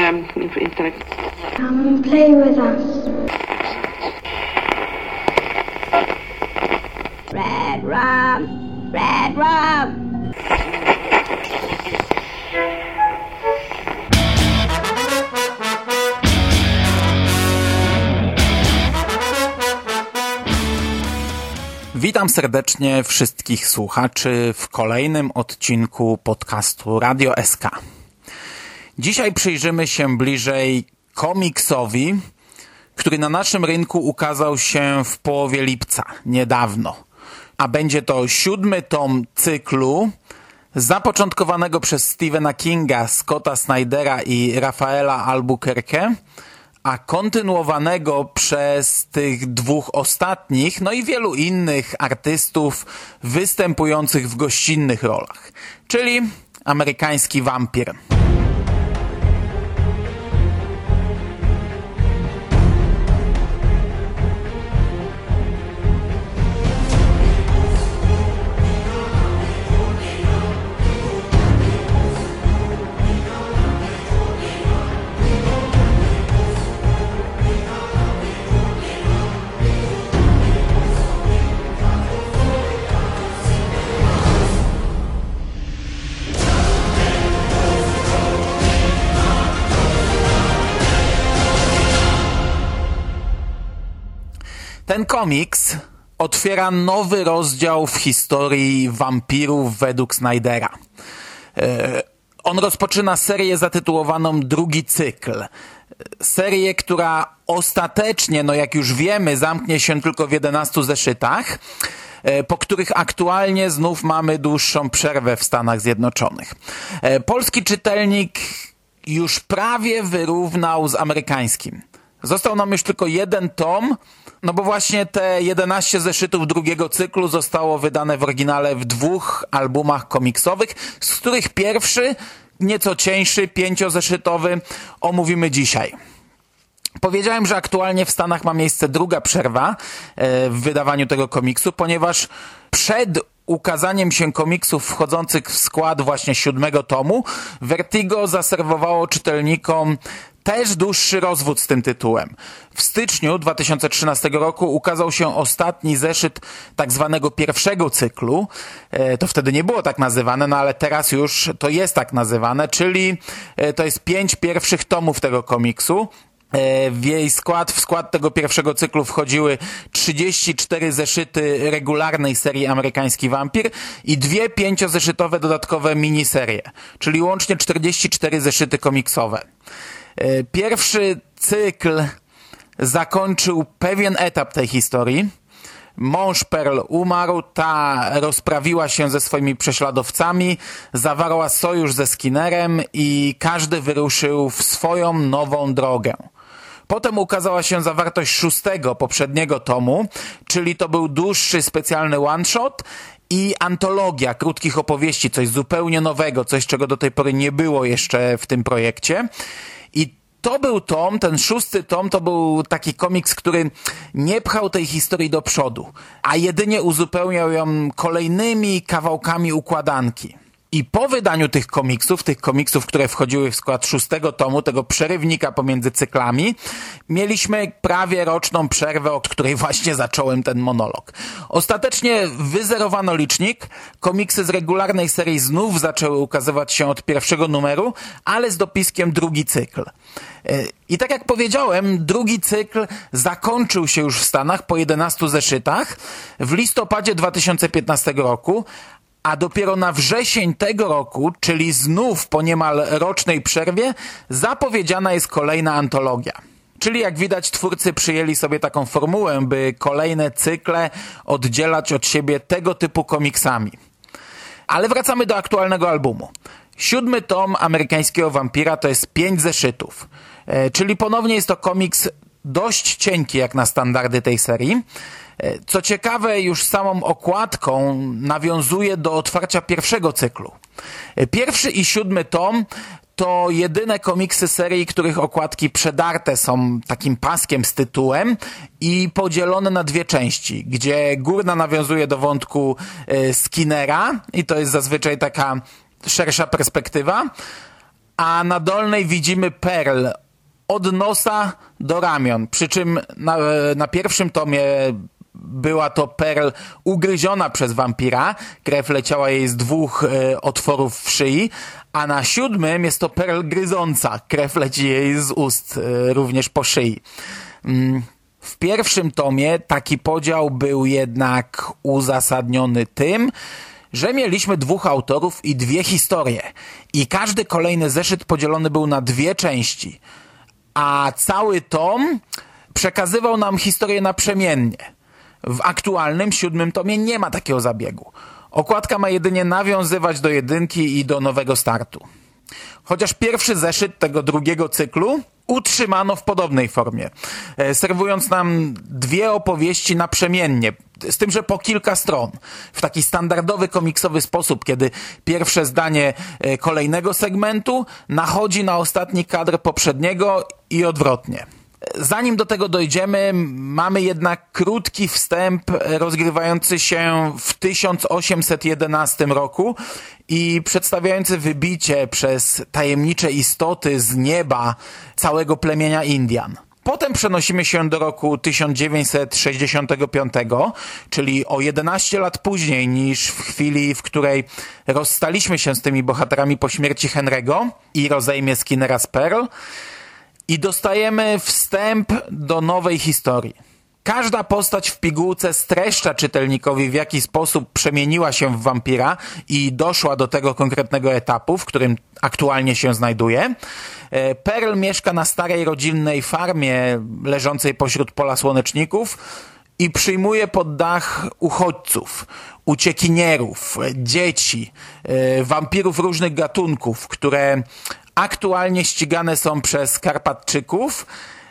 Come and play with us. Red rum, red rum. Witam serdecznie wszystkich słuchaczy w kolejnym odcinku podcastu Radio SK. Dzisiaj przyjrzymy się bliżej komiksowi, który na naszym rynku ukazał się w połowie lipca, niedawno. A będzie to 7. tom cyklu zapoczątkowanego przez Stephena Kinga, Scotta Snydera i Rafaela Albuquerque, a kontynuowanego przez tych dwóch ostatnich, no i wielu innych artystów występujących w gościnnych rolach, czyli amerykański wampir. Ten komiks otwiera nowy rozdział w historii wampirów według Snydera. On rozpoczyna serię zatytułowaną Drugi cykl. Serię, która ostatecznie, no jak już wiemy, zamknie się tylko w 11 zeszytach, po których aktualnie znów mamy dłuższą przerwę w Stanach Zjednoczonych. Polski czytelnik już prawie wyrównał z amerykańskim. Został nam już tylko jeden tom, no bo właśnie te 11 zeszytów drugiego cyklu zostało wydane w oryginale w 2 albumach komiksowych, z których pierwszy, nieco cieńszy, 5-zeszytowy, omówimy dzisiaj. Powiedziałem, że aktualnie w Stanach ma miejsce druga przerwa w wydawaniu tego komiksu, ponieważ przed ukazaniem się komiksów wchodzących w skład właśnie 7. tomu Vertigo zaserwowało czytelnikom też dłuższy rozwód z tym tytułem. W styczniu 2013 roku ukazał się ostatni zeszyt tak zwanego pierwszego cyklu. To wtedy nie było tak nazywane, no ale teraz już to jest tak nazywane, czyli to jest 5 pierwszych tomów tego komiksu. W skład tego pierwszego cyklu wchodziły 34 zeszyty regularnej serii Amerykański Wampir i 2 5-zeszytowe dodatkowe miniserie, czyli łącznie 44 zeszyty komiksowe. Pierwszy cykl zakończył pewien etap tej historii. Mąż Pearl umarł, ta rozprawiła się ze swoimi prześladowcami, zawarła sojusz ze Skinnerem i każdy wyruszył w swoją nową drogę. Potem ukazała się zawartość 6. poprzedniego tomu, czyli to był dłuższy specjalny one-shot i antologia krótkich opowieści, coś zupełnie nowego, coś czego do tej pory nie było jeszcze w tym projekcie. I to był tom, ten 6. tom to był taki komiks, który nie pchał tej historii do przodu, a jedynie uzupełniał ją kolejnymi kawałkami układanki. I po wydaniu tych komiksów, które wchodziły w skład 6. tomu, tego przerywnika pomiędzy cyklami, mieliśmy prawie roczną przerwę, od której właśnie zacząłem ten monolog. Ostatecznie wyzerowano licznik, komiksy z regularnej serii znów zaczęły ukazywać się od pierwszego numeru, ale z dopiskiem drugi cykl. I tak jak powiedziałem, drugi cykl zakończył się już w Stanach po 11 zeszytach w listopadzie 2015 roku, a dopiero na wrzesień tego roku, czyli znów po niemal rocznej przerwie, zapowiedziana jest kolejna antologia. Czyli jak widać, twórcy przyjęli sobie taką formułę, by kolejne cykle oddzielać od siebie tego typu komiksami. Ale wracamy do aktualnego albumu. 7. tom Amerykańskiego Wampira to jest 5 zeszytów. Czyli ponownie jest to komiks dość cienki jak na standardy tej serii. Co ciekawe, już samą okładką nawiązuje do otwarcia pierwszego cyklu. 1. i 7. tom to jedyne komiksy serii, których okładki przedarte są takim paskiem z tytułem i podzielone na 2 części, gdzie górna nawiązuje do wątku Skinnera i to jest zazwyczaj taka szersza perspektywa, a na dolnej widzimy Pearl od nosa do ramion, przy czym na pierwszym tomie była to Pearl ugryziona przez wampira, krew leciała jej z 2 otworów w szyi, a na 7 jest to Pearl gryząca, krew leci jej z ust, również po szyi. W pierwszym tomie taki podział był jednak uzasadniony tym, że mieliśmy 2 autorów i 2 historie i każdy kolejny zeszyt podzielony był na 2 części, a cały tom przekazywał nam historię naprzemiennie. W aktualnym 7 tomie nie ma takiego zabiegu. Okładka ma jedynie nawiązywać do 1 i do nowego startu. Chociaż pierwszy zeszyt tego drugiego cyklu utrzymano w podobnej formie, serwując nam 2 opowieści naprzemiennie, z tym, że po kilka stron, w taki standardowy komiksowy sposób, kiedy pierwsze zdanie kolejnego segmentu nachodzi na ostatni kadr poprzedniego i odwrotnie. Zanim do tego dojdziemy, mamy jednak krótki wstęp rozgrywający się w 1811 roku i przedstawiający wybicie przez tajemnicze istoty z nieba całego plemienia Indian. Potem przenosimy się do roku 1965, czyli o 11 lat później niż w chwili, w której rozstaliśmy się z tymi bohaterami po śmierci Henry'ego i rozejmie Skinnera z Pearl. I dostajemy wstęp do nowej historii. Każda postać w pigułce streszcza czytelnikowi, w jaki sposób przemieniła się w wampira i doszła do tego konkretnego etapu, w którym aktualnie się znajduje. Pearl mieszka na starej rodzinnej farmie leżącej pośród pola słoneczników i przyjmuje pod dach uchodźców, uciekinierów, dzieci, wampirów różnych gatunków, które aktualnie ścigane są przez Karpatczyków.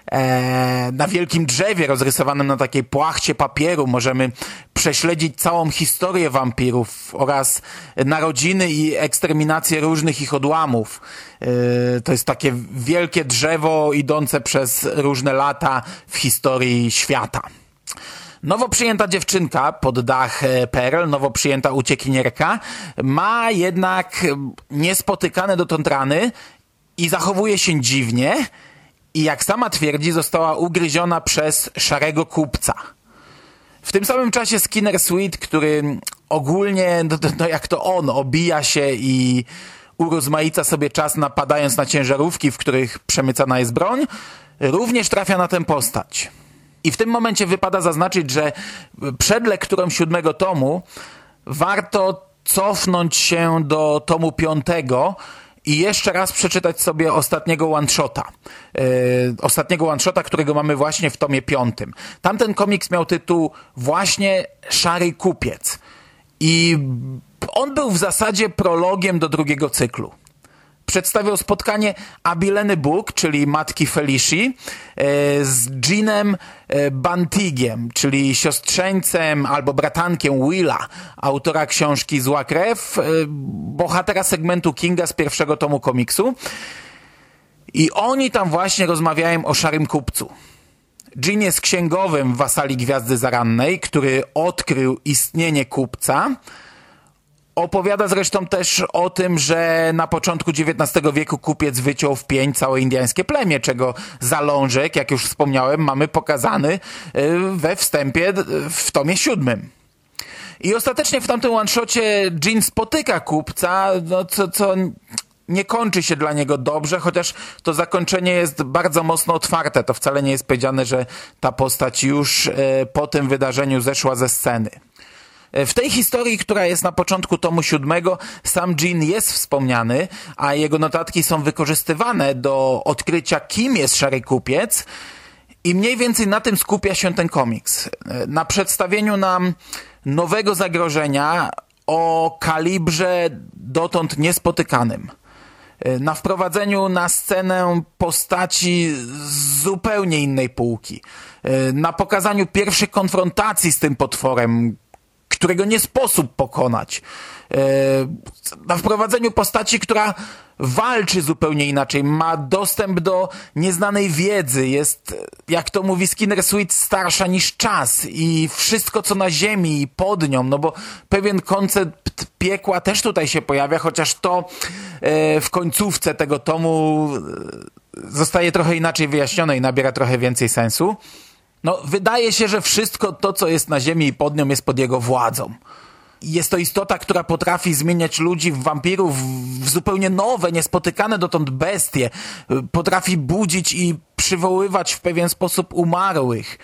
Na wielkim drzewie rozrysowanym na takiej płachcie papieru możemy prześledzić całą historię wampirów oraz narodziny i eksterminację różnych ich odłamów. To jest takie wielkie drzewo idące przez różne lata w historii świata. Nowo przyjęta dziewczynka pod dach Pearl, nowo przyjęta uciekinierka, ma jednak niespotykane dotąd rany i zachowuje się dziwnie i jak sama twierdzi, została ugryziona przez szarego kupca. W tym samym czasie Skinner Sweet, który ogólnie, jak to on, obija się i urozmaica sobie czas napadając na ciężarówki, w których przemycana jest broń, również trafia na tę postać. I w tym momencie wypada zaznaczyć, że przed lekturą 7 tomu warto cofnąć się do tomu 5 i jeszcze raz przeczytać sobie ostatniego one-shota. Ostatniego one-shota, którego mamy właśnie w tomie 5. Tamten komiks miał tytuł właśnie Szary Kupiec. I on był w zasadzie prologiem do drugiego cyklu. Przedstawiał spotkanie Abileny Book, czyli matki Felici, z Jeanem Bantigiem, czyli siostrzeńcem albo bratankiem Willa, autora książki Zła Krew, bohatera segmentu Kinga z pierwszego tomu komiksu. I oni tam właśnie rozmawiają o szarym kupcu. Jean jest księgowym w wasali Gwiazdy Zarannej, który odkrył istnienie kupca. Opowiada zresztą też o tym, że na początku XIX wieku kupiec wyciął w pień całe indiańskie plemię, czego zalążek, jak już wspomniałem, mamy pokazany we wstępie w tomie 7. I ostatecznie w tamtym one-shocie Jean spotyka kupca, co nie kończy się dla niego dobrze, chociaż to zakończenie jest bardzo mocno otwarte. To wcale nie jest powiedziane, że ta postać już po tym wydarzeniu zeszła ze sceny. W tej historii, która jest na początku tomu 7, sam Jean jest wspomniany, a jego notatki są wykorzystywane do odkrycia, kim jest Szary Kupiec i mniej więcej na tym skupia się ten komiks. Na przedstawieniu nam nowego zagrożenia o kalibrze dotąd niespotykanym. Na wprowadzeniu na scenę postaci z zupełnie innej półki. Na pokazaniu pierwszych konfrontacji z tym potworem, którego nie sposób pokonać. Na wprowadzeniu postaci, która walczy zupełnie inaczej, ma dostęp do nieznanej wiedzy, jest, jak to mówi Skinner Sweet, starsza niż czas i wszystko, co na ziemi i pod nią, no bo pewien koncept piekła też tutaj się pojawia, chociaż to w końcówce tego tomu zostaje trochę inaczej wyjaśnione i nabiera trochę więcej sensu. No, wydaje się, że wszystko to, co jest na ziemi i pod nią, jest pod jego władzą. Jest to istota, która potrafi zmieniać ludzi w wampirów, w zupełnie nowe, niespotykane dotąd bestie. Potrafi budzić i przywoływać w pewien sposób umarłych.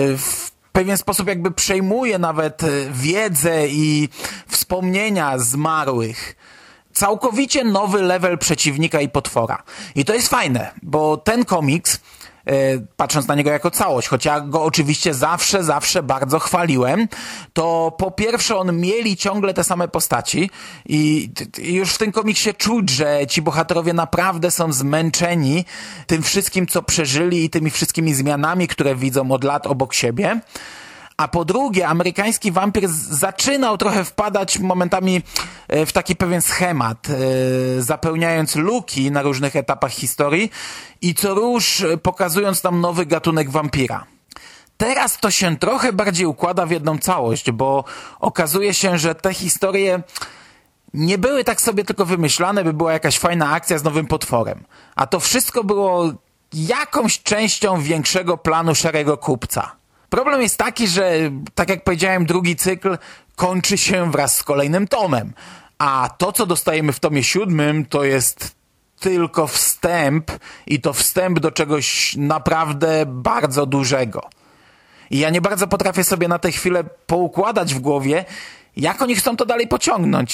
W pewien sposób jakby przejmuje nawet wiedzę i wspomnienia zmarłych. Całkowicie nowy level przeciwnika i potwora. I to jest fajne, bo ten komiks, patrząc na niego jako całość, choć ja go oczywiście zawsze bardzo chwaliłem, to po pierwsze on mieli ciągle te same postaci i już w tym komiksie czuć, że ci bohaterowie naprawdę są zmęczeni tym wszystkim, co przeżyli i tymi wszystkimi zmianami, które widzą od lat obok siebie. A po drugie, amerykański wampir zaczynał trochę wpadać momentami w taki pewien schemat, zapełniając luki na różnych etapach historii i co rusz pokazując nam nowy gatunek wampira. Teraz to się trochę bardziej układa w jedną całość, bo okazuje się, że te historie nie były tak sobie tylko wymyślane, by była jakaś fajna akcja z nowym potworem. A to wszystko było jakąś częścią większego planu Szarego Kupca. Problem jest taki, że, tak jak powiedziałem, drugi cykl kończy się wraz z kolejnym tomem, a to, co dostajemy w tomie 7, to jest tylko wstęp i to wstęp do czegoś naprawdę bardzo dużego. I ja nie bardzo potrafię sobie na tę chwilę poukładać w głowie, jak oni chcą to dalej pociągnąć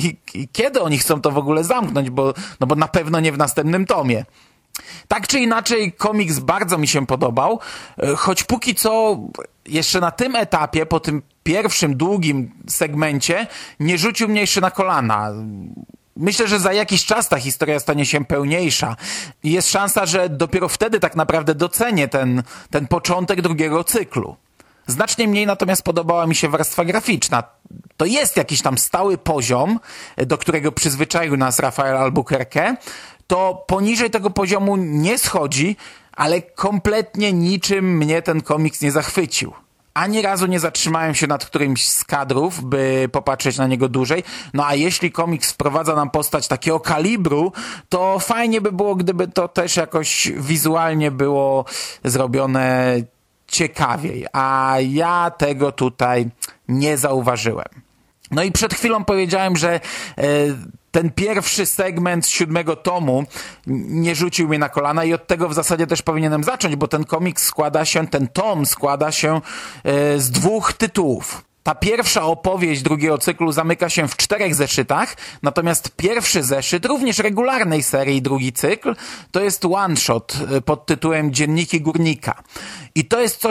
i kiedy oni chcą to w ogóle zamknąć, bo na pewno nie w następnym tomie. Tak czy inaczej, komiks bardzo mi się podobał, choć póki co jeszcze na tym etapie, po tym pierwszym długim segmencie, nie rzucił mnie jeszcze na kolana. Myślę, że za jakiś czas ta historia stanie się pełniejsza. Jest szansa, że dopiero wtedy tak naprawdę docenię ten początek drugiego cyklu. Znacznie mniej natomiast podobała mi się warstwa graficzna. To jest jakiś tam stały poziom, do którego przyzwyczaił nas Rafael Albuquerque. To poniżej tego poziomu nie schodzi, ale kompletnie niczym mnie ten komiks nie zachwycił. Ani razu nie zatrzymałem się nad którymś z kadrów, by popatrzeć na niego dłużej. No a jeśli komiks wprowadza nam postać takiego kalibru, to fajnie by było, gdyby to też jakoś wizualnie było zrobione ciekawiej. A ja tego tutaj nie zauważyłem. No i przed chwilą powiedziałem, że ten pierwszy segment z 7 tomu nie rzucił mnie na kolana i od tego w zasadzie też powinienem zacząć, bo ten tom składa się z 2 tytułów. Ta pierwsza opowieść drugiego cyklu zamyka się w 4 zeszytach, natomiast pierwszy zeszyt, również regularnej serii drugi cykl, to jest one-shot pod tytułem Dzienniki Górnika. I to jest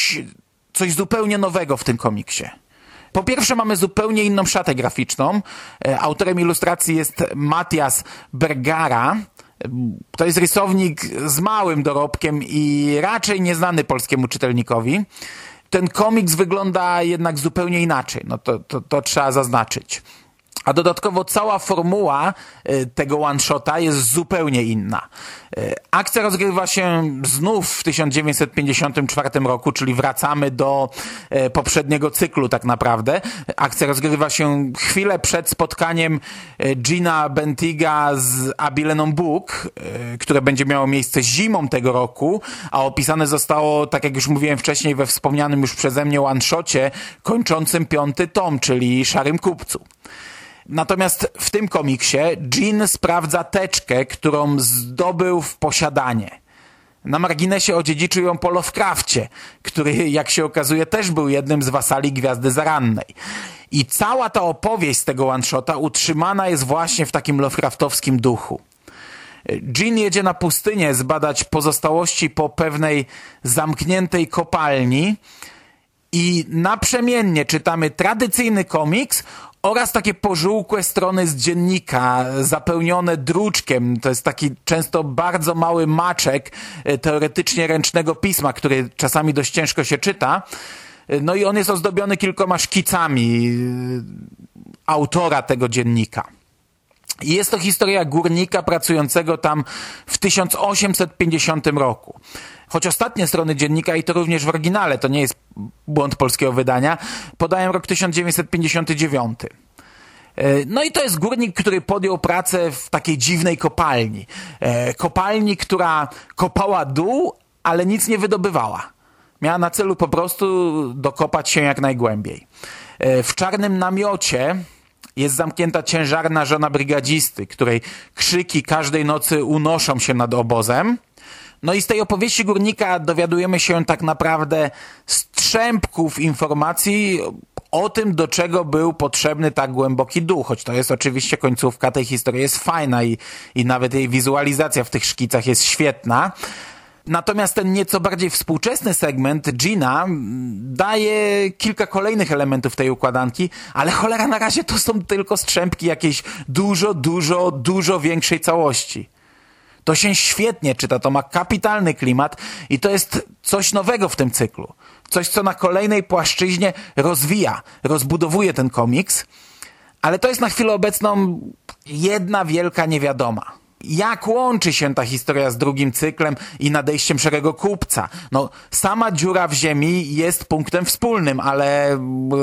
coś zupełnie nowego w tym komiksie. Po pierwsze mamy zupełnie inną szatę graficzną. Autorem ilustracji jest Matias Bergara. To jest rysownik z małym dorobkiem i raczej nieznany polskiemu czytelnikowi. Ten komiks wygląda jednak zupełnie inaczej. No to trzeba zaznaczyć. A dodatkowo cała formuła tego one-shota jest zupełnie inna. Akcja rozgrywa się znów w 1954 roku, czyli wracamy do poprzedniego cyklu tak naprawdę. Akcja rozgrywa się chwilę przed spotkaniem Gina Bentiga z Abileną Book, które będzie miało miejsce zimą tego roku, a opisane zostało, tak jak już mówiłem wcześniej, we wspomnianym już przeze mnie one-shocie kończącym 5 tom, czyli Szarym Kupcu. Natomiast w tym komiksie Jean sprawdza teczkę, którą zdobył w posiadanie. Na marginesie odziedziczył ją po Lovecrafcie, który, jak się okazuje, też był jednym z wasali Gwiazdy Zarannej. I cała ta opowieść z tego one-shota utrzymana jest właśnie w takim Lovecraftowskim duchu. Jean jedzie na pustynię zbadać pozostałości po pewnej zamkniętej kopalni i naprzemiennie czytamy tradycyjny komiks oraz takie pożółkłe strony z dziennika, zapełnione druczkiem. To jest taki często bardzo mały maczek teoretycznie ręcznego pisma, który czasami dość ciężko się czyta. No i on jest ozdobiony kilkoma szkicami autora tego dziennika. I jest to historia górnika pracującego tam w 1850 roku. Choć ostatnie strony dziennika, i to również w oryginale, to nie jest błąd polskiego wydania, podają rok 1959. No i to jest górnik, który podjął pracę w takiej dziwnej kopalni. Kopalni, która kopała dół, ale nic nie wydobywała. Miała na celu po prostu dokopać się jak najgłębiej. W czarnym namiocie jest zamknięta ciężarna żona brygadzisty, której krzyki każdej nocy unoszą się nad obozem. No i z tej opowieści górnika dowiadujemy się tak naprawdę strzępków informacji o tym, do czego był potrzebny tak głęboki dół, choć to jest oczywiście końcówka tej historii, jest fajna i nawet jej wizualizacja w tych szkicach jest świetna. Natomiast ten nieco bardziej współczesny segment Gina daje kilka kolejnych elementów tej układanki, ale cholera, na razie to są tylko strzępki jakiejś dużo większej całości. To się świetnie czyta, to ma kapitalny klimat i to jest coś nowego w tym cyklu. Coś, co na kolejnej płaszczyźnie rozbudowuje ten komiks, ale to jest na chwilę obecną jedna wielka niewiadoma. Jak łączy się ta historia z drugim cyklem i nadejściem Szarego Kupca? No, sama dziura w ziemi jest punktem wspólnym, ale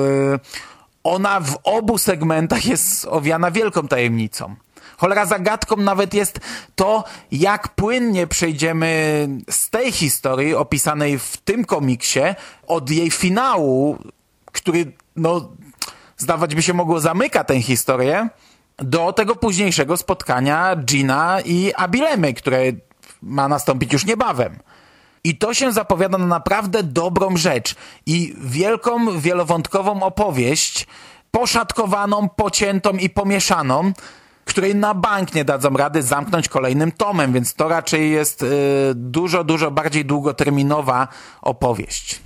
ona w obu segmentach jest owiana wielką tajemnicą. Cholera, zagadką nawet jest to, jak płynnie przejdziemy z tej historii opisanej w tym komiksie od jej finału, który, zdawać by się mogło, zamyka tę historię, do tego późniejszego spotkania Gina i Abilemy, które ma nastąpić już niebawem. I to się zapowiada na naprawdę dobrą rzecz i wielką, wielowątkową opowieść, poszatkowaną, pociętą i pomieszaną, której na bank nie dadzą rady zamknąć kolejnym tomem, więc to raczej jest dużo bardziej długoterminowa opowieść.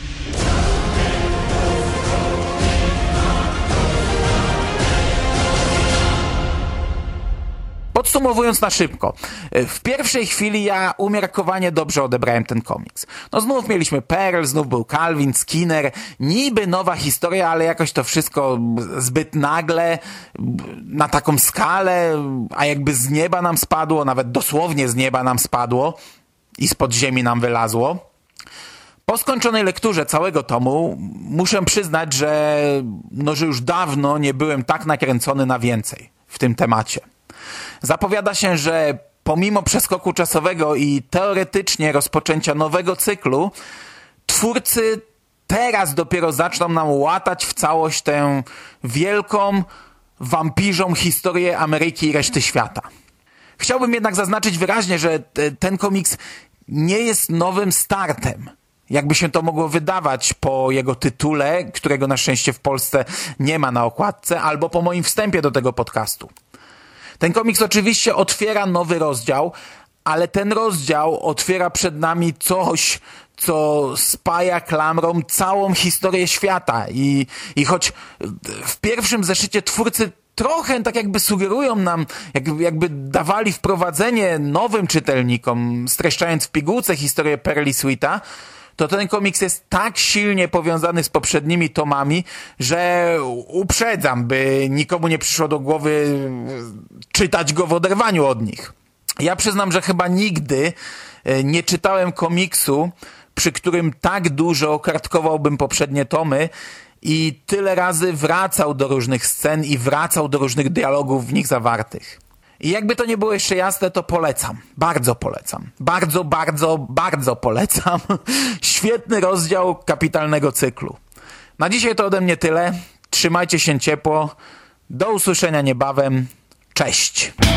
Podsumowując na szybko, w pierwszej chwili ja umiarkowanie dobrze odebrałem ten komiks. Znów mieliśmy Pearl, znów był Calvin, Skinner, niby nowa historia, ale jakoś to wszystko zbyt nagle, na taką skalę, a jakby z nieba nam spadło, nawet dosłownie z nieba nam spadło i spod ziemi nam wylazło. Po skończonej lekturze całego tomu muszę przyznać, że już dawno nie byłem tak nakręcony na więcej w tym temacie. Zapowiada się, że pomimo przeskoku czasowego i teoretycznie rozpoczęcia nowego cyklu, twórcy teraz dopiero zaczną nam łatać w całość tę wielką, wampirzą historię Ameryki i reszty świata. Chciałbym jednak zaznaczyć wyraźnie, że ten komiks nie jest nowym startem. Jakby się to mogło wydawać po jego tytule, którego na szczęście w Polsce nie ma na okładce, albo po moim wstępie do tego podcastu. Ten komiks oczywiście otwiera nowy rozdział, ale ten rozdział otwiera przed nami coś, co spaja klamrą całą historię świata. I choć w pierwszym zeszycie twórcy trochę tak jakby sugerują nam, jakby dawali wprowadzenie nowym czytelnikom, streszczając w pigułce historię Pearl i Sweeta, to ten komiks jest tak silnie powiązany z poprzednimi tomami, że uprzedzam, by nikomu nie przyszło do głowy czytać go w oderwaniu od nich. Ja przyznam, że chyba nigdy nie czytałem komiksu, przy którym tak dużo kartkowałbym poprzednie tomy i tyle razy wracał do różnych scen i wracał do różnych dialogów w nich zawartych. I jakby to nie było jeszcze jasne, to polecam. Bardzo polecam. Bardzo polecam. Świetny rozdział kapitalnego cyklu. Na dzisiaj to ode mnie tyle. Trzymajcie się ciepło. Do usłyszenia niebawem. Cześć.